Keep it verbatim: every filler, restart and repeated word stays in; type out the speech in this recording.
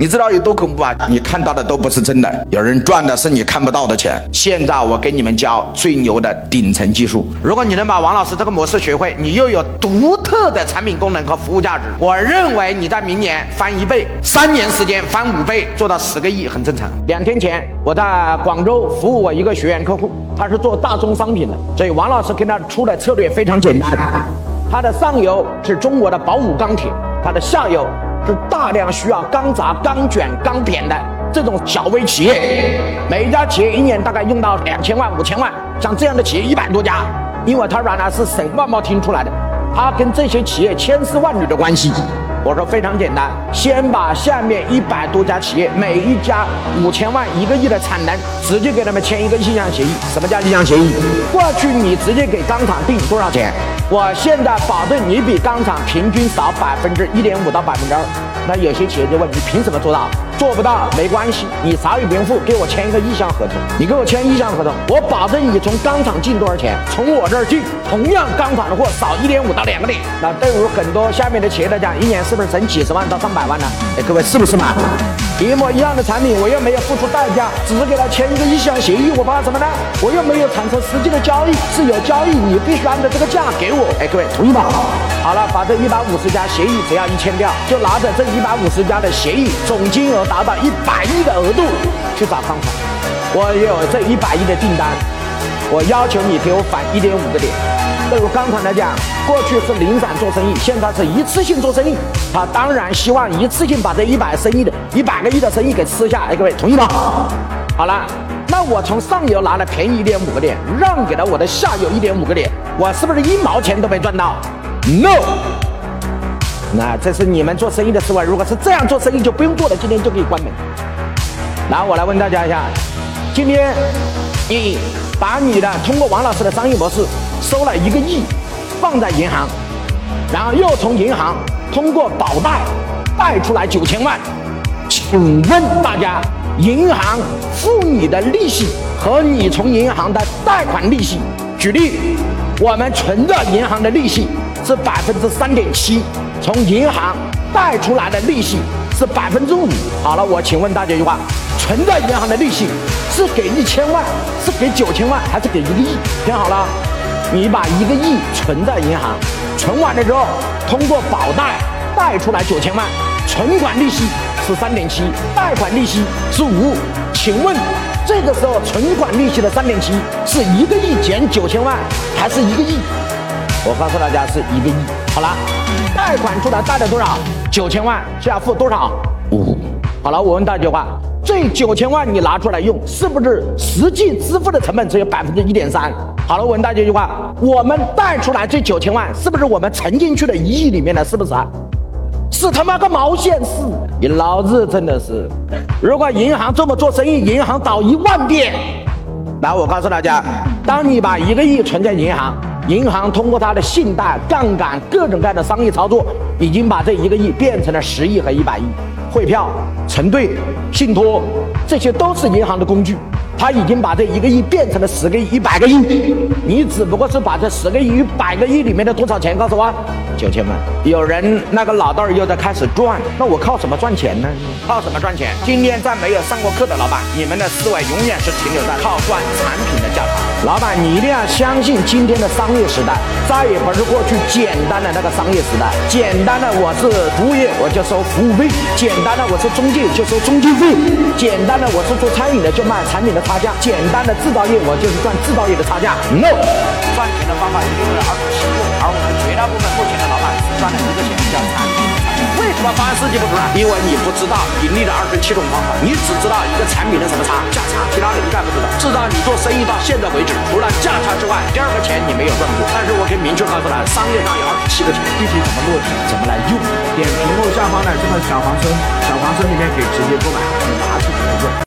你知道有多恐怖啊？你看到的都不是真的，有人赚的是你看不到的钱。现在我给你们教最牛的顶层技术，如果你能把王老师这个模式学会，你又有独特的产品功能和服务价值，我认为你在明年翻一倍，三年时间翻五倍，做到十个亿很正常。两天前我在广州服务我一个学员客户，他是做大宗商品的，所以王老师跟他出的策略非常简单，他的上游是中国的宝武钢铁，他的下游是大量需要钢轧、钢卷、钢片的这种小微企业，每一家企业一年大概用到两千万、五千万，像这样的企业一百多家，因为他原来是省外贸厅出来的，他跟这些企业千丝万缕的关系。我说非常简单，先把下面一百多家企业，每一家五千万、一个亿的产能，直接给他们签一个意向协议。什么叫意向协议？过去你直接给钢厂定多少钱，我现在保证你比钢厂平均少百分之一点五到百分之二。那有些企业就问你凭什么做到？做不到没关系，你啥也不用付，给我签一个意向合同。你给我签意向合同，我保证你从钢厂进多少钱，从我这儿进同样钢厂的货少一点五到两个点。那对于很多下面的企业来讲，一年是不是省几十万到上百万呢？哎，各位是不是嘛？一模一样的产品，我又没有付出代价，只是给他签一个意向协议，我怕什么呢？我又没有产生实际的交易，是有交易，你必须按照这个价给我。哎，各位同意吗？好了，把这一百五十家协议只要一签掉，就拿着这一百五十家的协议，总金额达到一百亿的额度去找钢厂。我有这一百亿的订单，我要求你给我返一点五个点。对于钢厂来讲，过去是零散做生意，现在是一次性做生意。他当然希望一次性把这一百生意的一百个亿的生意给吃下。哎，各位同意吗？好了，那我从上游拿了便宜一点五个点，让给了我的下游一点五个点，我是不是一毛钱都没赚到 ？No。那这是你们做生意的思维。如果是这样做生意，就不用做了，今天就可以关门。然后我来问大家一下，今天你把你的通过王老师的商业模式收了一个亿放在银行，然后又从银行通过保贷贷出来九千万，请问大家，银行付你的利息和你从银行的贷款利息，举例，我们存着银行的利息是百分之三点七，从银行贷出来的利息是百分之五。好了，我请问大家一句话，存在银行的利息是给一千万，是给九千万，还是给一个亿？听好了，你把一个亿存在银行，存完了之后，通过保贷贷出来九千万，存款利息是三点七，贷款利息是五。请问这个时候存款利息的三点七是一个亿减九千万，还是一个亿？我告诉大家是一个亿。好了，贷款出来贷了多少？九千万，需要付多少？五。好了，我问大家一句话，这九千万你拿出来用，是不是实际支付的成本只有百分之一点三？好了，我问大家一句话，我们贷出来这九千万，是不是我们沉进去的一亿里面的？是不是啊？是他妈个毛线事！你老子真的是，如果银行这么做生意，银行倒一万遍。来，我告诉大家，当你把一个亿存在银行，银行通过它的信贷、杠杆、各种各样的商业操作，已经把这一个亿变成了十亿和一百亿。汇票、承兑、信托，这些都是银行的工具。他已经把这一个亿变成了十个亿、一百个亿，你只不过是把这十个亿、一百个亿里面的多少钱告诉我？九千万。有人那个脑袋又在开始转，那我靠什么赚钱呢？靠什么赚钱？今天在没有上过课的老板，你们的思维永远是停留在靠赚产品的价差。老板，你一定要相信今天的商业时代，再也不是过去简单的那个商业时代。简单的我是服务业，我就收服务费；简单的我是中介，就收中介费；简单的我是做餐饮的，就卖产品的差价；简单的制造业，我就是赚制造业的差价。No， 赚钱的方法一定是二十七步，而我们绝大部分目前的老板只赚了一个钱，叫产品。为什么方案设计不出来？因为你不知道盈利的二十七种方法，你只知道一个产品的什么差，价差，其他的一概不知道。至少你做生意到现在为止，除了价差之外，第二个钱你没有赚过。但是我可以明确告诉他，商业上有二十七个钱，具体怎么落地，怎么来用， 点屏幕下方的这个小黄车，小黄车里面可以直接购买，你拿去怎么用？